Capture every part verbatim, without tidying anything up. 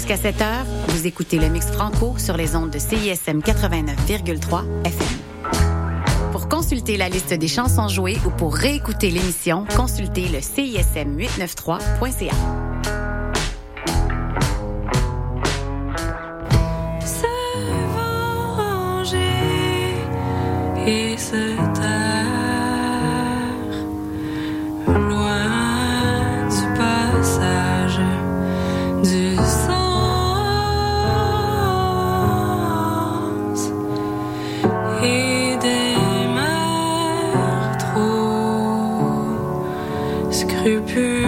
Jusqu'à sept heures, vous écoutez le Mix Franco sur les ondes de C I S M quatre-vingt-neuf virgule trois F M. Pour consulter la liste des chansons jouées ou pour réécouter l'émission, consultez le C I S M huit cent quatre-vingt-treize point C A. Et se taire loin du passage du sens et des mères trop scrupuleuses.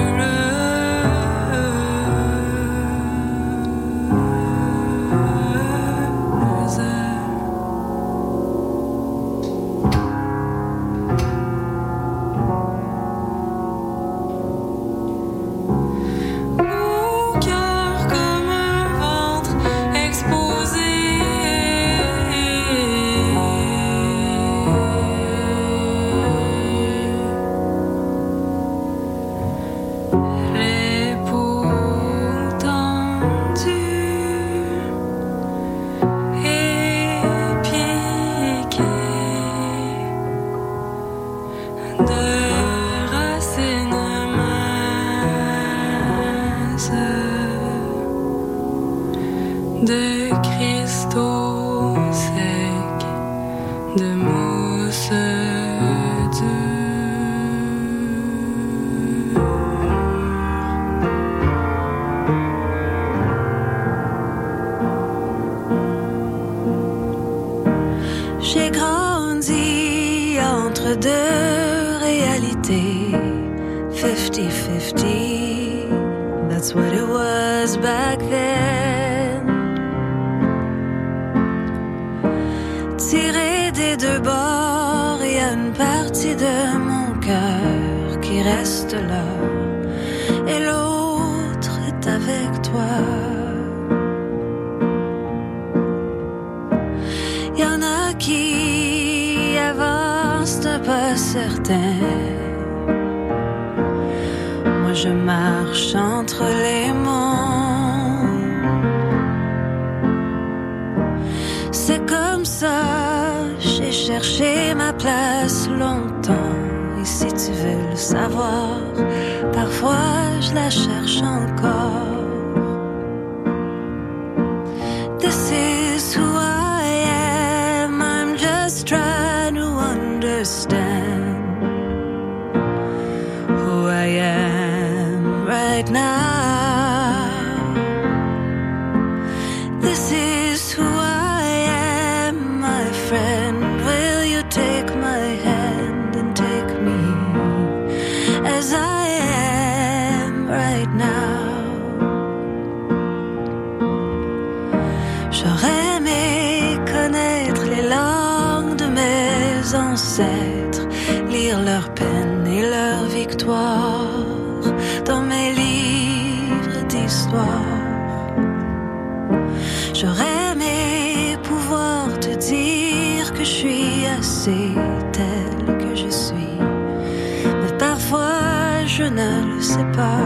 De cristaux secs, de mousse dure. J'ai grandi entre deux réalités, fifty-fifty, that's what it was back then. Tiré des deux bords, il y a une partie de mon cœur qui reste là, et l'autre est avec toi. Il y en a qui avancent d'un pas certain. Moi je marche entre les monts. C'est comme ça, j'ai cherché ma place longtemps. Et si tu veux le savoir, parfois je la cherche encore. This is who I am, I'm just trying to understand who I am right now. This is who I am, my friend. Will you take my hand and take me as I am right now? J'aurais aimé connaître les langues de mes ancêtres, lire leurs peines et leurs victoires dans mes livres d'histoire. J'aurais aimé pouvoir te dire que je suis assez telle que je suis, mais parfois je ne le sais pas.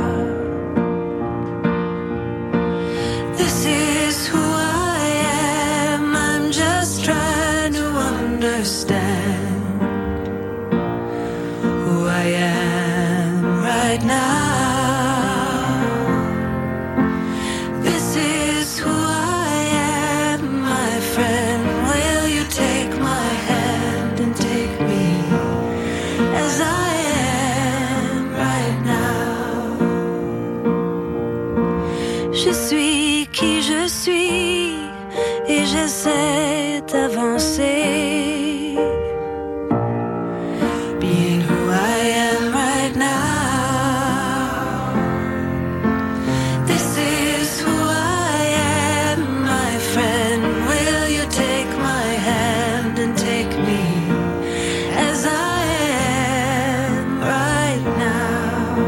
This is who I am, I'm just trying to understand who I am right now. This is who I am, my friend. Will you take my hand and take me as I am right now? Je suis qui je suis et j'essaie d'avancer. Being who I am right now. This is who I am, my friend. Will you take my hand and take me as I am right now?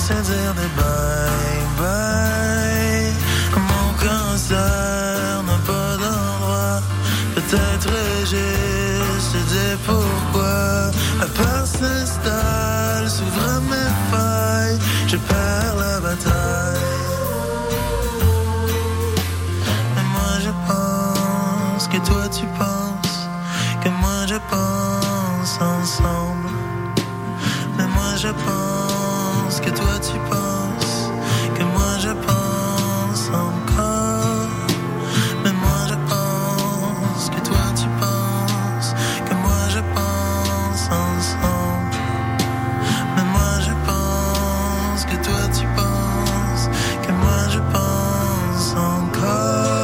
se dire des bye bye. Mon cancer n'a pas d'endroit. Peut-être juste te dire pourquoi. La peur s'installe, s'ouvre mes failles. Je perds la bataille. Mais moi je pense que toi tu penses que moi je pense ensemble. Mais moi je pense que toi tu penses que moi je pense encore. Mais moi je pense que toi tu penses que moi je pense ensemble. Mais moi je pense que toi tu penses que moi je pense encore.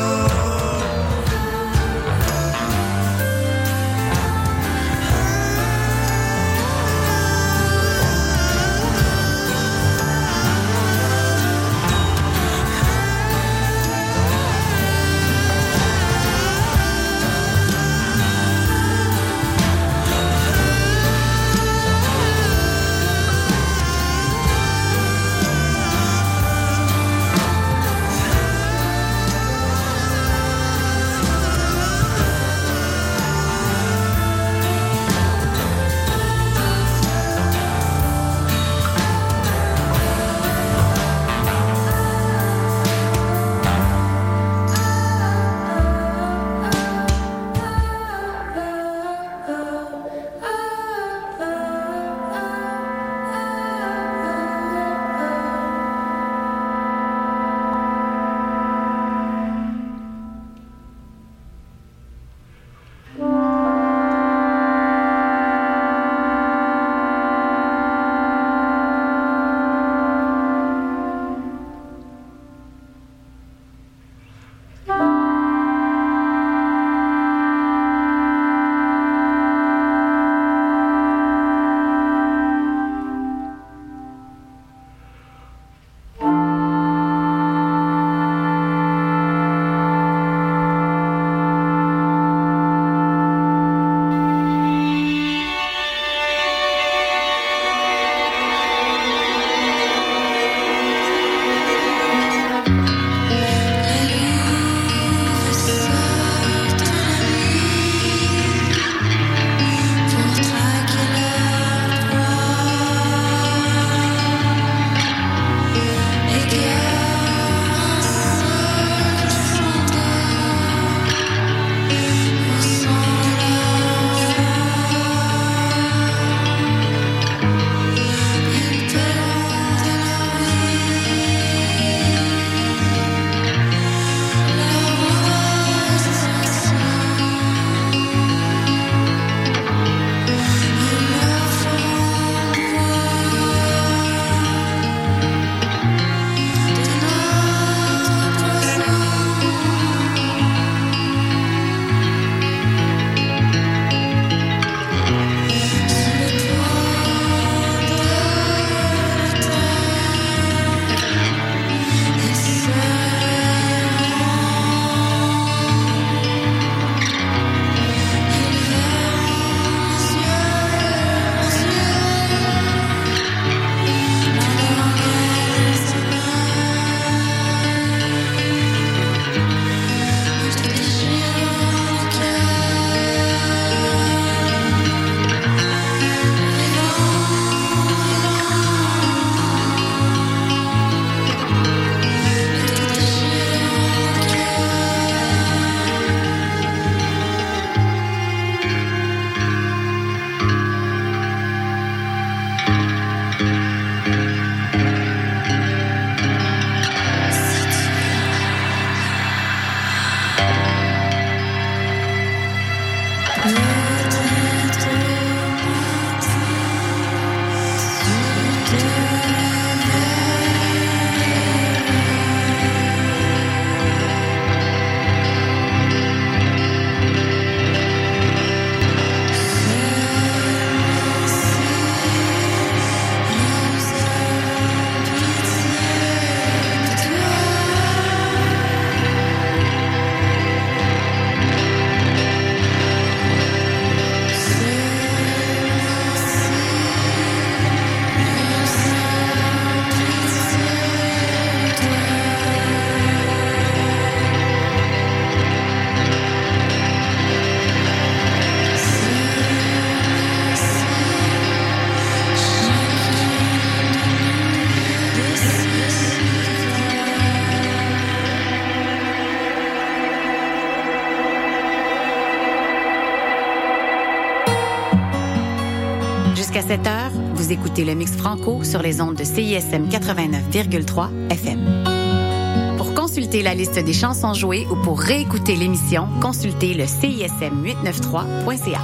Jusqu'à sept heures, vous écoutez le Mix Franco sur les ondes de C I S M quatre-vingt-neuf virgule trois F M. Pour consulter la liste des chansons jouées ou pour réécouter l'émission, consultez le C I S M huit neuf trois point C A.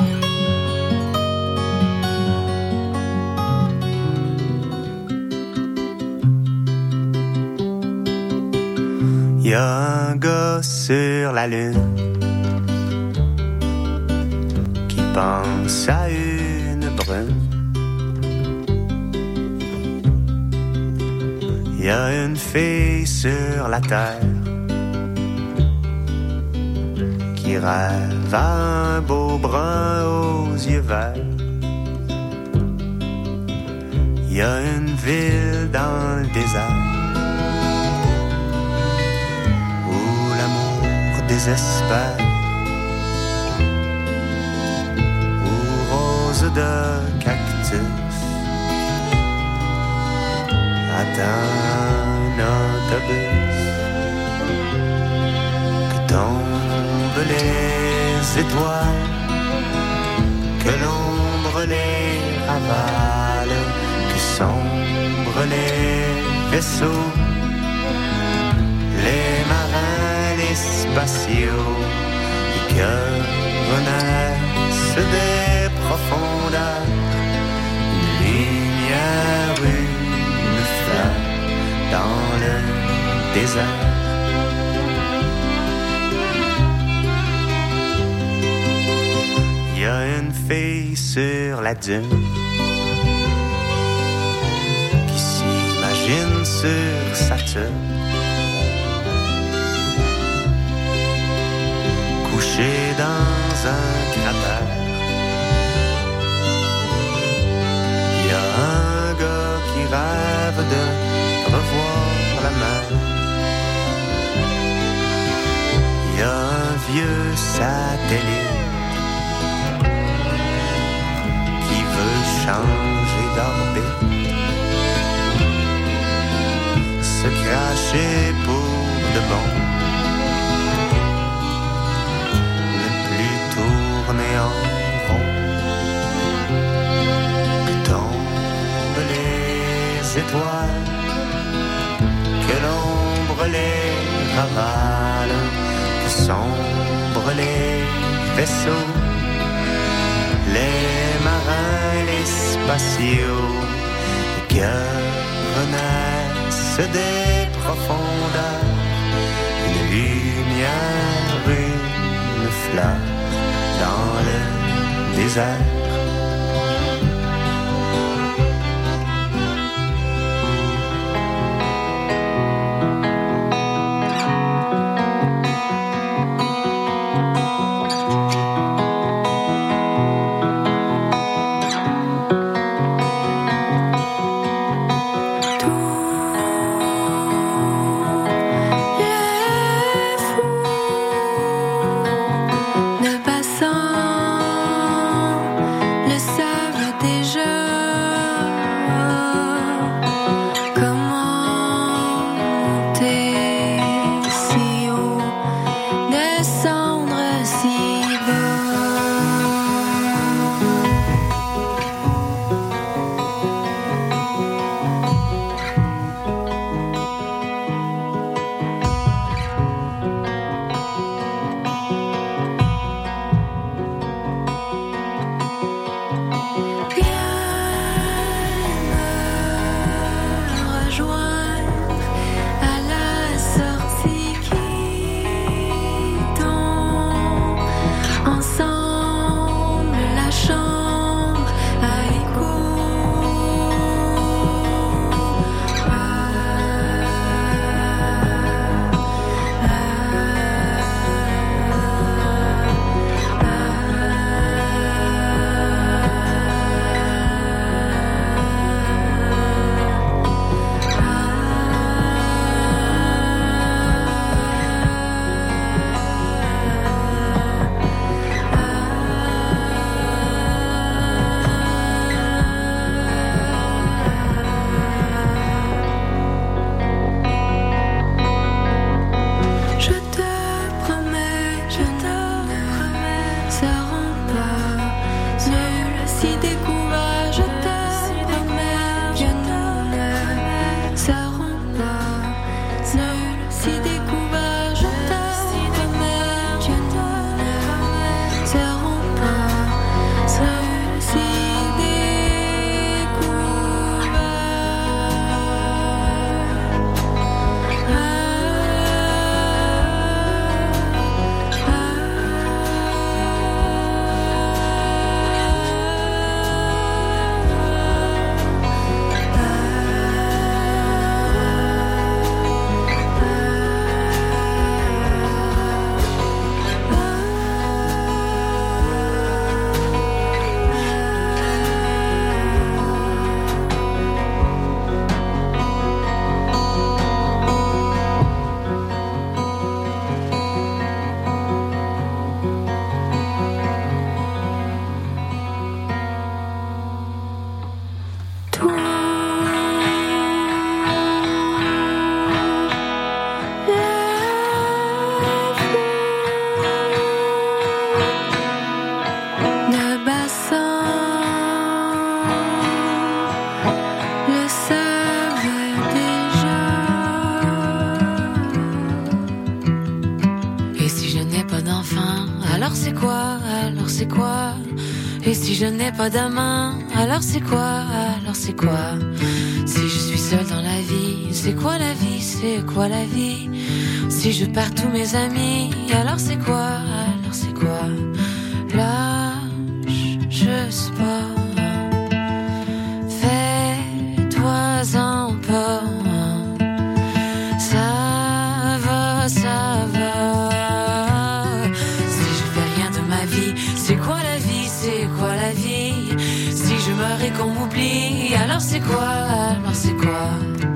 Y a un gars sur la lune qui pense à une brune. Y a une fille sur la terre qui rêve à un beau brun aux yeux verts. Y a une ville dans le désert désespère, ou rose de cactus attend un autobus, que tombent les étoiles, que l'ombre les ravale, que sombrent les vaisseaux, les marins, les spatiaux, et que renaissent des profondeurs une lumière, une fleur dans le désert. Il y a une fille sur la dune qui s'imagine sur Saturne, couché dans un cratère. Il y a un gars qui rêve de revoir la mer. Il y a un vieux satellite qui veut changer d'orbite, se cracher pour de bon, tourner en rond, que tombent les étoiles, que l'ombre les ravale, que sombrent les vaisseaux, les marins, les spatiaux, et que renaissent des profondeurs une lumière, une fleur dans le désert. Si découvert, je t'aime. c'est quoi, alors c'est quoi? Et si je n'ai pas d'amant, alors c'est quoi, alors c'est quoi? Si je suis seule dans la vie, c'est quoi la vie, c'est quoi la vie? Si je perds tous mes amis, alors c'est quoi, alors c'est quoi? Lâche, je sport. Fais-toi-en pas. Ça va, ça va. Si je fais rien de ma vie, c'est quoi la vie, c'est quoi la vie? Si je meurs et qu'on m'oublie, alors c'est quoi, alors c'est quoi?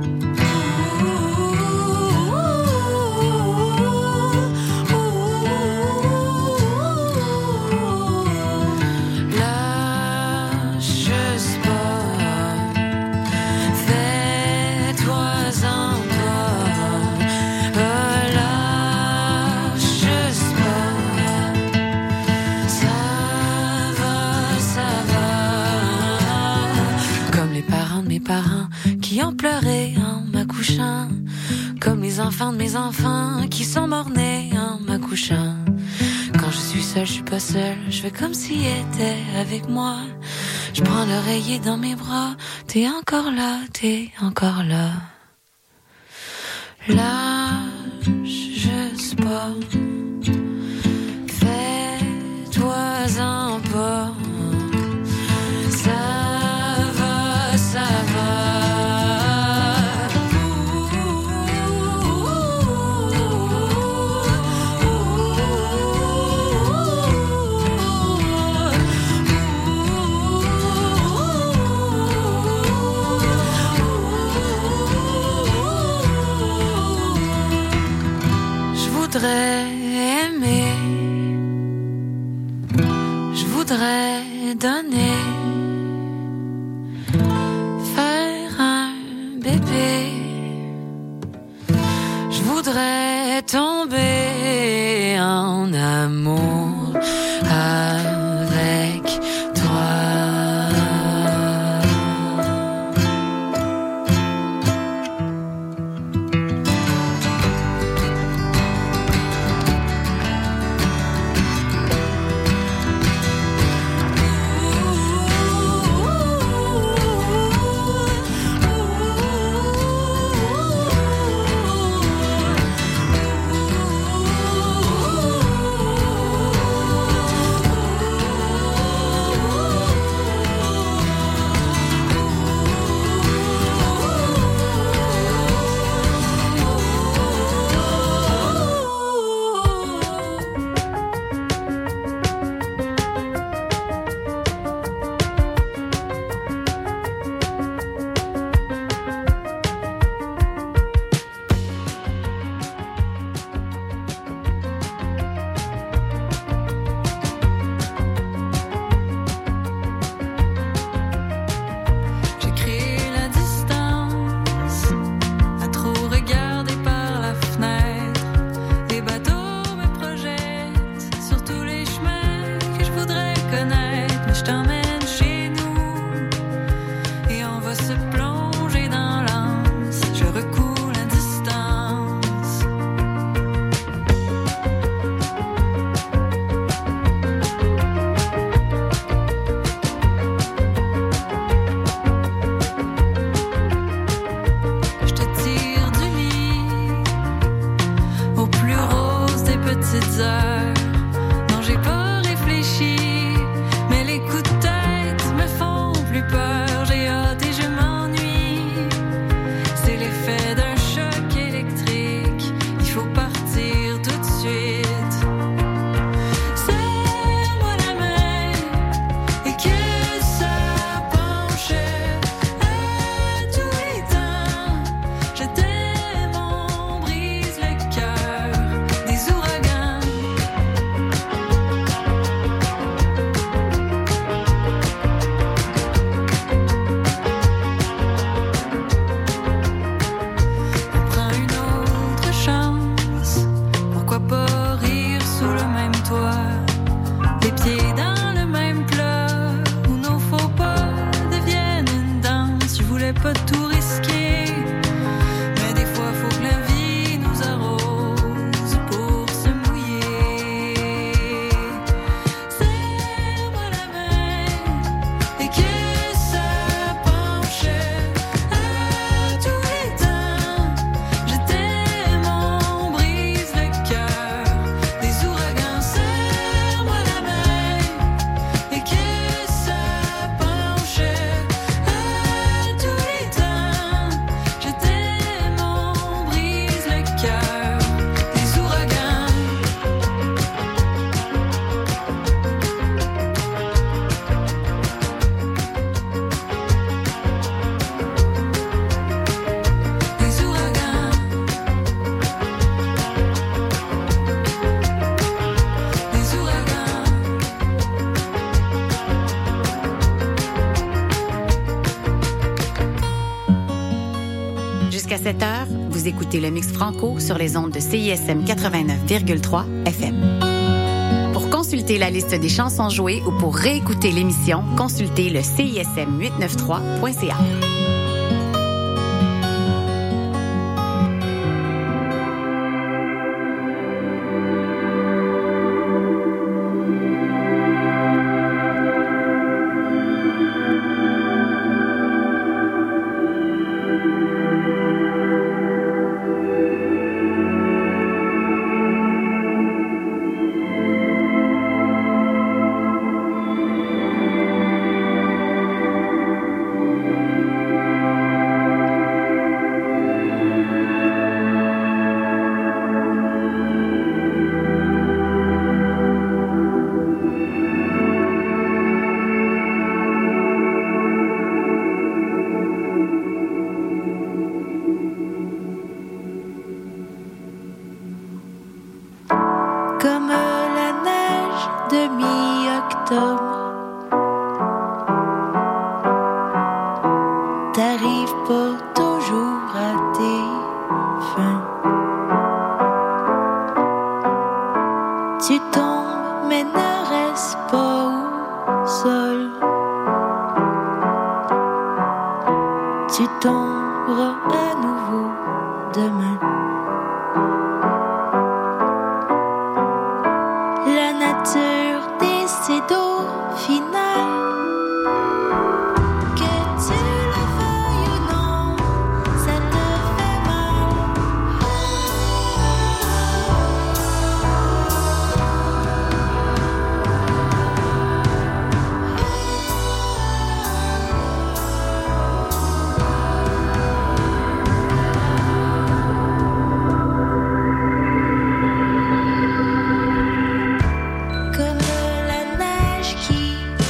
Parents qui ont pleuré en m'accouchant, comme les enfants de mes enfants qui sont morts-nés en m'accouchant. Quand je suis seule, je suis pas seule, je fais comme s'il était avec moi. Je prends l'oreiller dans mes bras, t'es encore là, t'es encore là. Lâche, je sport. Fais-toi-en pas. Je voudrais aimer, je voudrais donner, faire un bébé, je voudrais tomber en amour avec toi. sept heures, vous écoutez le Mix Franco sur les ondes de C I S M quatre-vingt-neuf virgule trois F M. Pour consulter la liste des chansons jouées ou pour réécouter l'émission, consultez le C I S M huit cent quatre-vingt-trois point C A. Comme la neige qui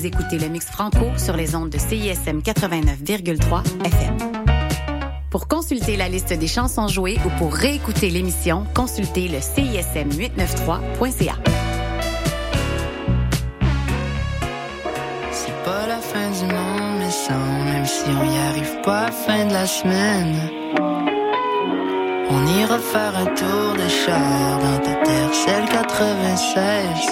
Vous écoutez le Mix Franco sur les ondes de C I S M quatre-vingt-neuf virgule trois F M. Pour consulter la liste des chansons jouées ou pour réécouter l'émission, consultez le C I S M huit cent quatre-vingt-trois point C A. C'est pas la fin du monde, mais sans, même si on y arrive pas à la fin de la semaine. On ira faire un tour de char dans ta terre, celle quatre-vingt-seize.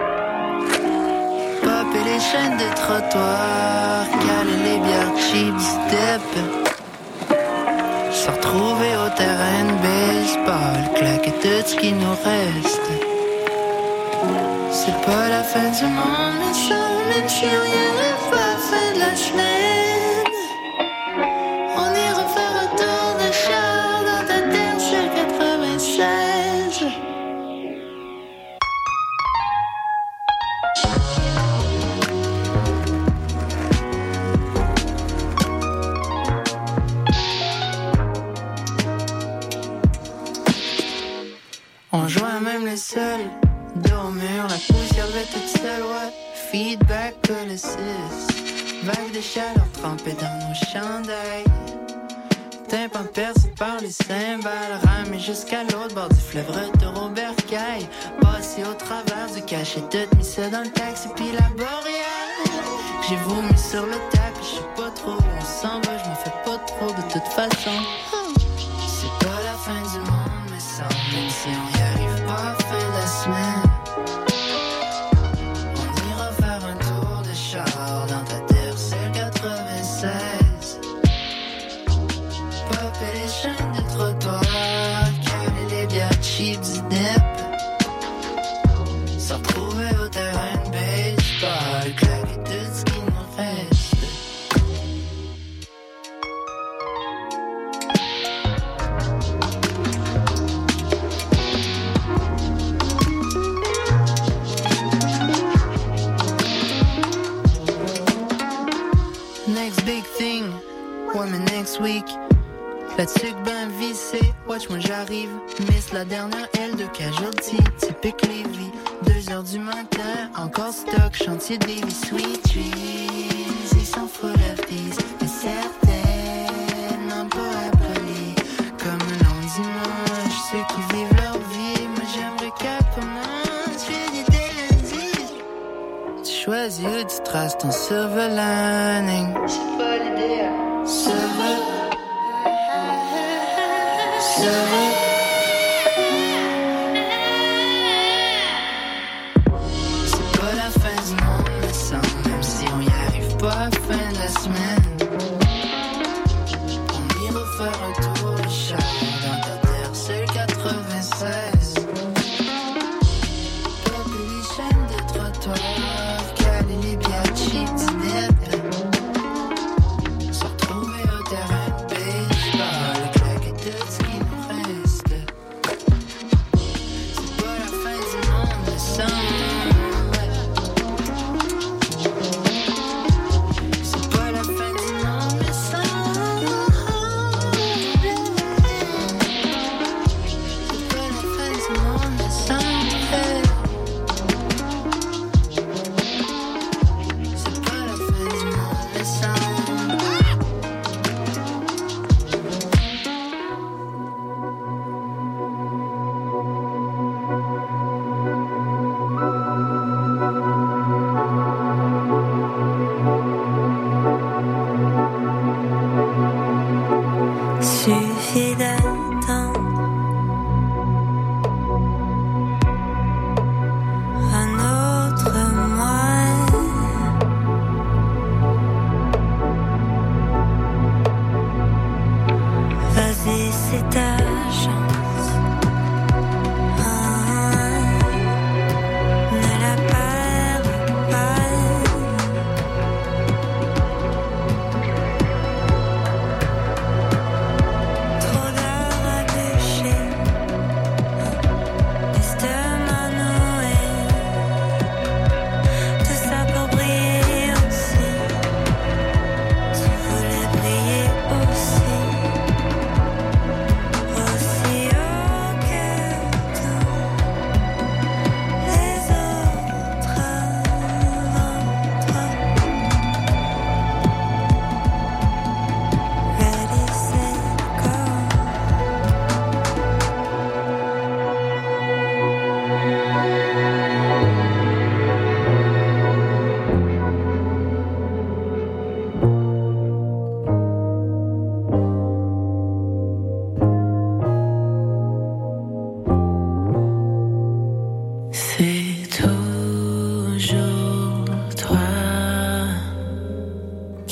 Popper les chaînes des trottoirs, caler les bières cheap du dip. Se retrouver au terrain de baseball, claquer tout ce qui nous reste. C'est pas la fin du monde, mais ça, même si on y arrive pas à la fin de la semaine. On ira faire un tour de char dans ta terre sur quatre-vingt-seize. On jouait même les seuls, dos au mur, la poussière levait toute seule, ouais. Feedback que le six, vague de chaleur trempée dans nos chandails. Tympan percé par les cymbales, ramé jusqu'à l'autre bord du fleuve, retour au bercail. Passé au travers du cachet, tout mis ça dans le taxi, puis la boréale. J'ai vomi sur le tapis, je sais pas trop où on s'en va, je m'en fais pas trop de toute façon. C'est pas la fin du monde, mais ça, même si on y arrive pas à la fin de la semaine. On ira faire un tour de char dans ta terre, c'est quatre-vingt-seize. Popper les chaînes de trottoir, caler les bières cheap du dip. Se retrouver au terrain de baseball, claquer tout ce qui nous reste. Next big thing, woman next week. La tuque ben vissée, watch moi j'arrive. Miss la dernière aile de casualty, typique Lévis. Deux heures du matin, encore stock, chantier Davy, sweet trees. Ils sont full of these, mais certaines n'ont pas appelé. Comme un long dimanche, ceux qui vivent leur vie, moi j'aimerais qu'elle commence. J'ai des lundis. Tu choisis où tu traces ton silver lining. C'est pas l'idée. Silver. Silver. C'est pas la fin du monde, mais sans, même si on y arrive pas à la fin de la semaine. On ira faire un tour de char dans ta terre, c'est le quatre-vingt-seize. Popper les chaînes de trottoir, caler les bières cheap du dip. Se retrouver au terrain de baseball, claquer tout ce qui nous reste. C'est pas la fin du monde, mais sans. C'est pas la fin du monde, mais sans. C'est pas la fin du monde, mais sans. C'est pas la fin du monde, mais sans. Suffit d'attendre un autre mois.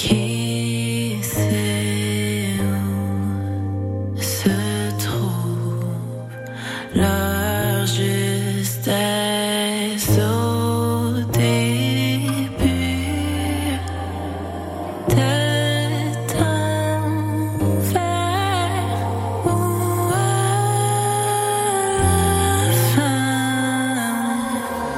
Qui sait où se trouve leur justesse au début de ton verre ou à la fin.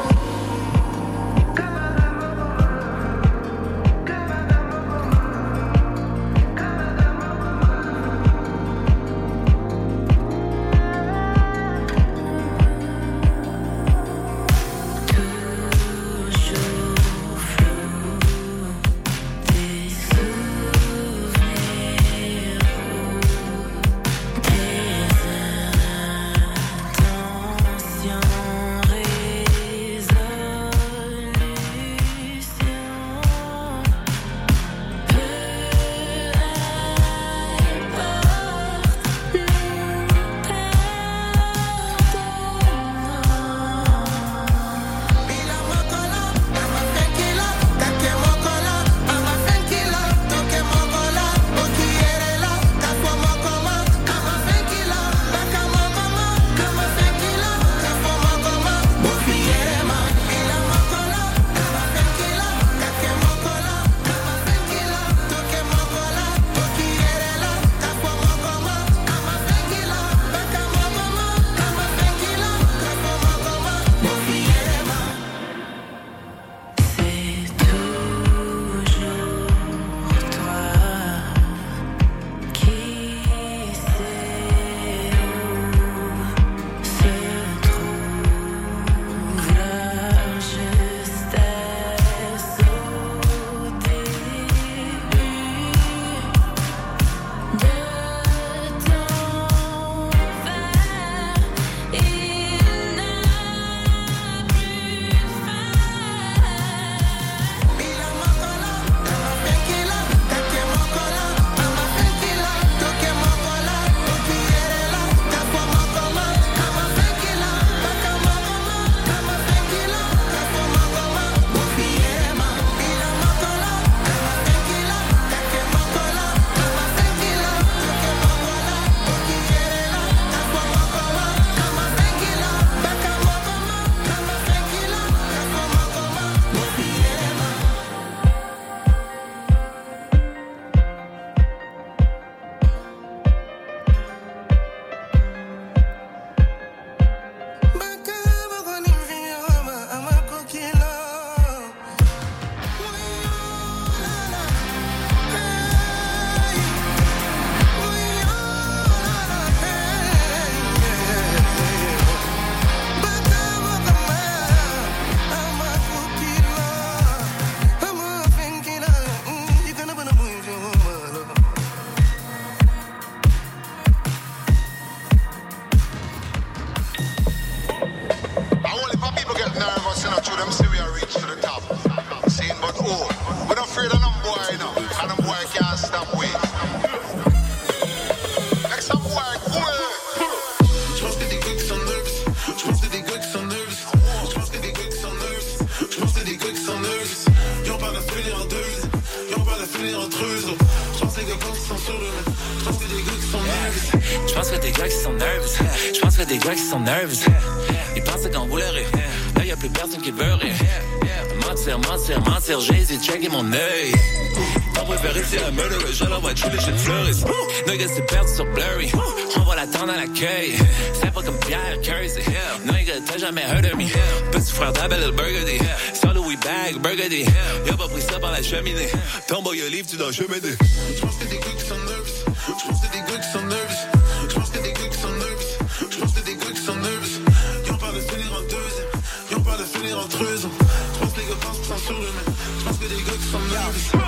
Des gars qui sont nervous, ils pensaient qu'on voulait rire. Là y'a plus personne qui veut rire. Mentir, mentir, mentir, j'ai hésité de checker mon œil. On préfère ici la murder, je l'envoie de les shit fleurissent. Nigga c'est perdu sur Blurry, on va l'attendre à l'accueil. C'est pas comme Pierre Kersey. Nigga t'as jamais heard of me. Petit frère d'Abel le Burgundy. Sur Louis Bag, Burgundy. Y'a pas pris ça par la cheminée. Ton boy a livre, tu dois chemin. J'pense que des gars qui sont nervous. J'pense que des gars qui sont nervous. J'pense que des gars qui sont nervous. J'pense que des gars qui sont nervous. Y'ont pas de finir en deuxième. Y'ont pas de finir en treuze. J'pense que les gars pensent qu'ils sont sur le même. J'pense que des gars qui sont nervous.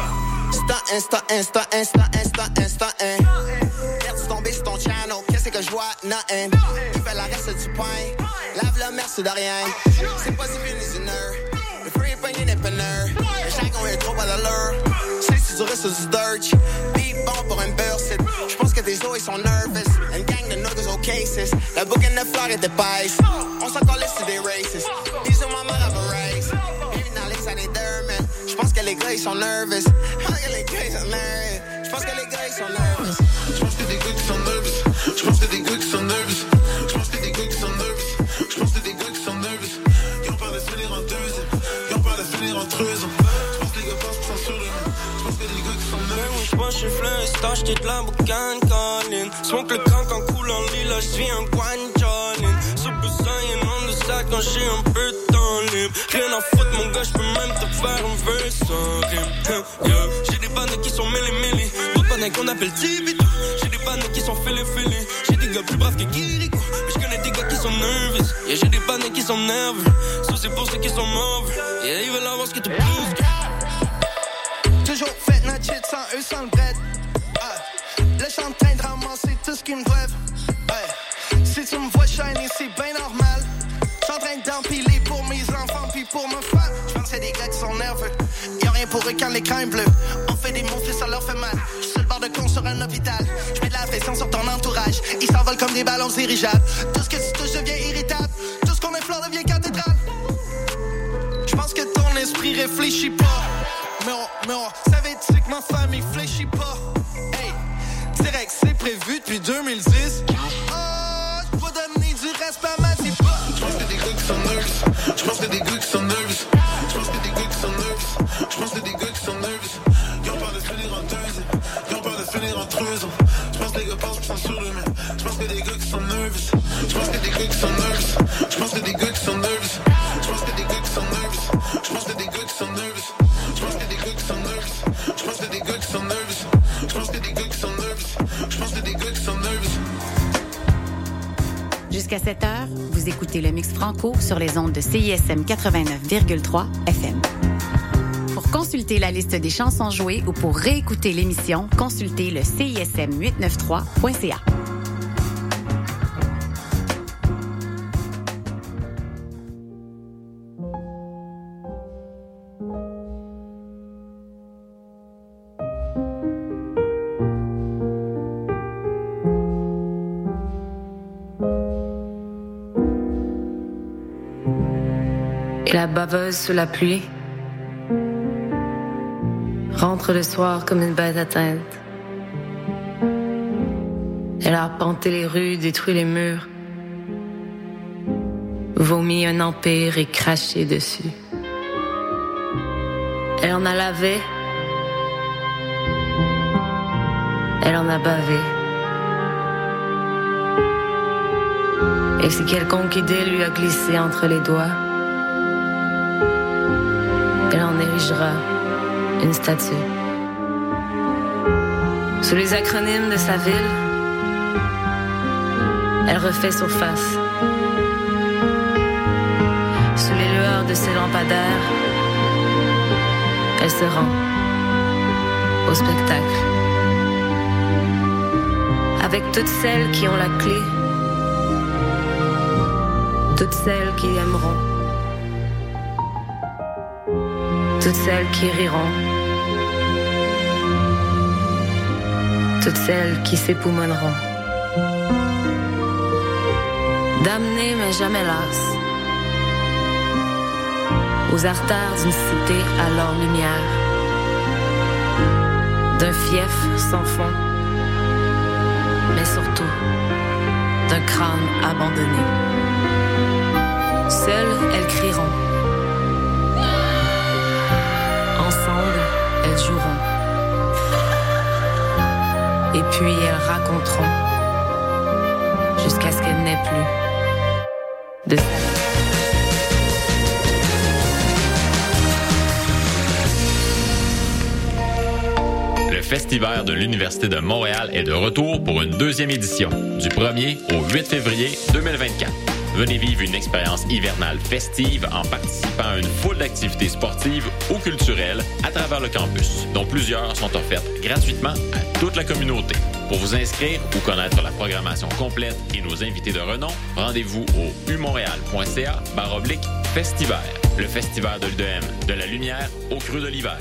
Insta, insta, insta, insta, insta, hein. Laisse tomber sur ton channel, qu'est-ce que je vois? Nothing. Il fait la reste du pain, lave le merci de rien. C'est pas si vite les une heure, le free pogné n'est pas l'heure. Le chacun est trop à l'heure. C'est si tu restes sur du dirt, beat bon pour un burst. J'pense que tes os ils sont nervous. Une gang de niggas au cases. La bouquin de fleurs et de pies. On s'en calisse sur des races. Bisous maman rap a race. Bienvenue dans les années d'heure, man. J'pense que les gars gars ils sont nervous. Je pense que les gars ils sont nervous. Je pense que les gars ils sont nervous. Je pense que des gars qui sont nervous. Je pense que des gars qui sont nervous. Je pense que des gars qui sont nervous. Je pense que des gars qui sont nervous. Ils ont peur de se finir en deuxième. Ils ont peur de se finir en troisième. Je pense que les gars pensent qu'ils sont sur eux-mêmes. Je pense que des gars qui sont nervous. Je pense que je suis fleur, j'étais de la boucane, Colin. Smoke le camp en coulant lila, j'suis un guancholin. Super Saiyan on the sac quand j'ai un peu de temps libre. Rien à foutre, mon gars, j'peux même te faire un verse sans rime. Yeah. J'ai des bandes qui sont mêlés-mêlés. D'autres bandes qu'on appelle Tibito. J'ai des bandes qui sont fêlés-fêlés. J'ai des gars plus braves que Kiriko. Mais j'connais des gars qui sont nerveux. Yeah, j'ai des bandes qui sont nerveux. So c'est pour ceux qui sont mauvais. Yeah, ils veulent avoir ce que tu blouses. Toujours fait notre shit sans eux, sans le bread. Ah. Là, j'suis en train de ramasser tout ce qui me doivent. Hey. Si tu me vois shiner, c'est bien normal. J'suis en train d'empiler pour mes enfants pis pour ma femme. J'pense à des gars qui sont nerveux. Y'a rien pour eux quand l'écran est bleu. On fait des mots, ça leur fait mal. J'suis sur le bord de con sur un hôpital. J'mets de la pression sur ton entourage. Ils s'envolent comme des ballons dirigeables. Tout ce que tu touches devient irritable. Tout ce qu'on effleure devient cathédrale. J'pense que ton esprit réfléchit pas. Mais on, mais on savait-tu que ma famille fléchit pas? Hey, direct, c'est prévu depuis deux mille dix. Oh, j'dois donner du respect à ma c'est pas. J'pense que des gars qui sont nervous. J'pense que des gars qui sont nervous. J'pense que des gars qui sont nervous. J'pense que des gars qui sont nervous. Ils ont peur de se finir en deuxième. Ils ont peur de se finir en troisième. J'pense que les gars pensent qu'ils sont sur eux-mêmes. J'pense que des gars qui sont nervous. J'pense que des gars qui sont nervous. J'pense que des gars qui sont nervous. J'pense que des gars qui sont nervous. J'pense que des gars qui sont nervous. Je pense que des gars qui sont nervous. Je pense que des gars qui sont nervous. Je pense que des gars qui sont nervous. Je pense que des gars qui sont nervous. Jusqu'à sept heures, vous écoutez le Mix Franco sur les ondes de C I S M quatre-vingt-neuf virgule trois F M. Pour consulter la liste des chansons jouées ou pour réécouter l'émission, consultez le C I S M huit cent quatre-vingt-treize point C A. Et la baveuse sous la pluie rentre le soir comme une bête atteinte. Elle a arpenté les rues, détruit les murs, vomi un empire et craché dessus. Elle en a lavé, elle en a bavé. Et si quelconque idée lui a glissé entre les doigts, elle en érigera une statue. Sous les acronymes de sa ville, elle refait surface. Sous les lueurs de ses lampadaires, elle se rend au spectacle. Avec toutes celles qui ont la clé, toutes celles qui aimeront, toutes celles qui riront, toutes celles qui s'époumoneront. Damnées mais jamais lasses, aux artères d'une cité à leur lumière, d'un fief sans fond, mais surtout d'un crâne abandonné. Seules elles crieront. Ensemble, elles joueront. Et puis elles raconteront jusqu'à ce qu'elles n'aient plus de sa vie. Le Festival de l'Université de Montréal est de retour pour une deuxième édition, du premier au huit février deux mille vingt-quatre. Venez vivre une expérience hivernale festive en participant à une foule d'activités sportives ou culturelles à travers le campus, dont plusieurs sont offertes gratuitement à toute la communauté. Pour vous inscrire ou connaître la programmation complète et nos invités de renom, rendez-vous au u montréal point c a barre oblique festival. Le Festival de l'U D M, de la lumière au creux de l'hiver.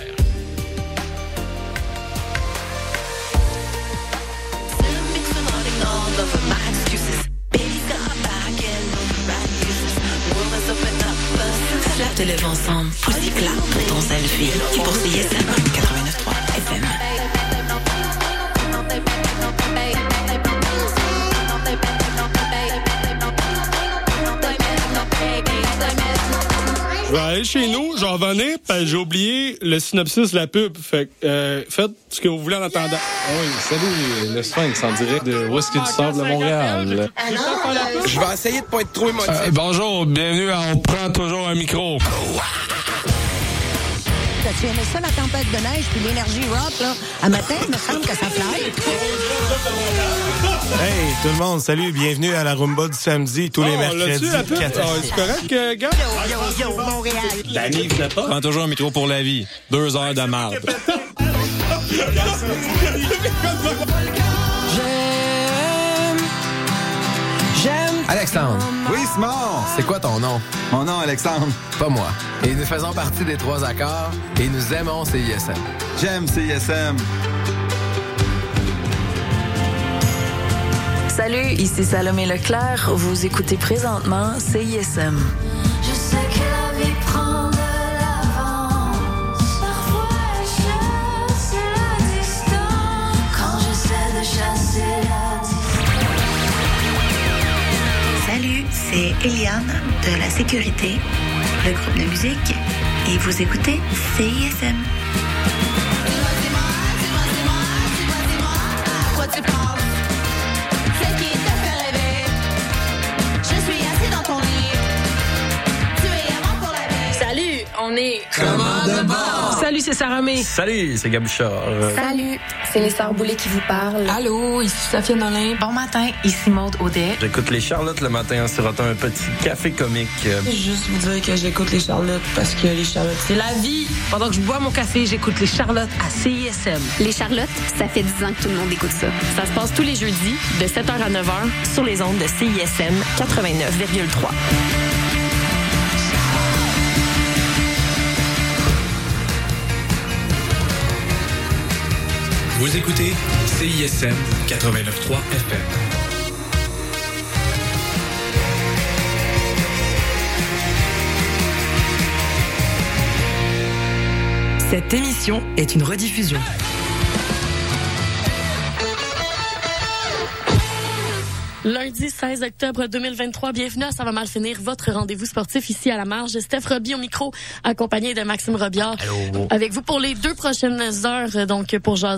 La te lève ensemble. Aussi plat pour ton selfie. Et pour C I S M quatre-vingt-neuf virgule trois F M. Je vais aller chez nous, je vais revenir, parce que j'ai oublié le synopsis de la pub. Fait que, euh, faites ce que vous voulez en attendant. Oui, salut, le Sphinx en direct de Whisky du Sable de Montréal. Je vais essayer de pas être trop émotif. Euh, bonjour, bienvenue à On prend toujours un micro. T'as-tu aimé ça, la tempête de neige puis l'énergie rock, là? À matin, il me semble que ça fly. Hey, tout le monde, salut, bienvenue à la Rumba du samedi, tous oh, les mercredis. La pub? Oh, c'est correct, euh, gars? Yo, yo, yo, Montréal. La livre pas. Prends toujours un micro pour la vie. Deux heures de marde. J'aime. J'aime. Alexandre. Oui, Simon. C'est quoi ton nom? Mon nom, Alexandre. Pas moi. Et nous faisons partie des Trois Accords et nous aimons C I S M. J'aime C I S M. Salut, ici Salomé Leclerc. Vous écoutez présentement C I S M. Je sais que la vie prend de l'avance. Parfois elle chasse la distance. Quand j'essaie de chasser la distance. Salut, c'est Eliane de La Sécurité, le groupe de musique, et vous écoutez C I S M. On est Commande bord. Salut, c'est Sarah May. Salut, c'est Gabuchard. Salut, c'est les Sœurs Boulay qui vous parlent. Allô, ici Sophie Nolin. Bon matin, ici Maude Audet. J'écoute les Charlottes le matin en sirotant un petit café comique. Juste vous dire que j'écoute les Charlottes parce que les Charlottes, c'est la vie. Pendant que je bois mon café, j'écoute les Charlottes à C I S M. Les Charlottes, ça fait dix ans que tout le monde écoute ça. Ça se passe tous les jeudis de sept heures à neuf heures sur les ondes de C I S M quatre-vingt-neuf virgule trois. Vous écoutez C I S M quatre-vingt-neuf virgule trois F M. Cette émission est une rediffusion. Lundi seize octobre deux mille vingt-trois, bienvenue à Ça va mal finir, votre rendez-vous sportif ici à la marge. Steph Roby au micro, accompagné de Maxime Robillard. Allô. Avec vous pour les deux prochaines heures, donc pour jaser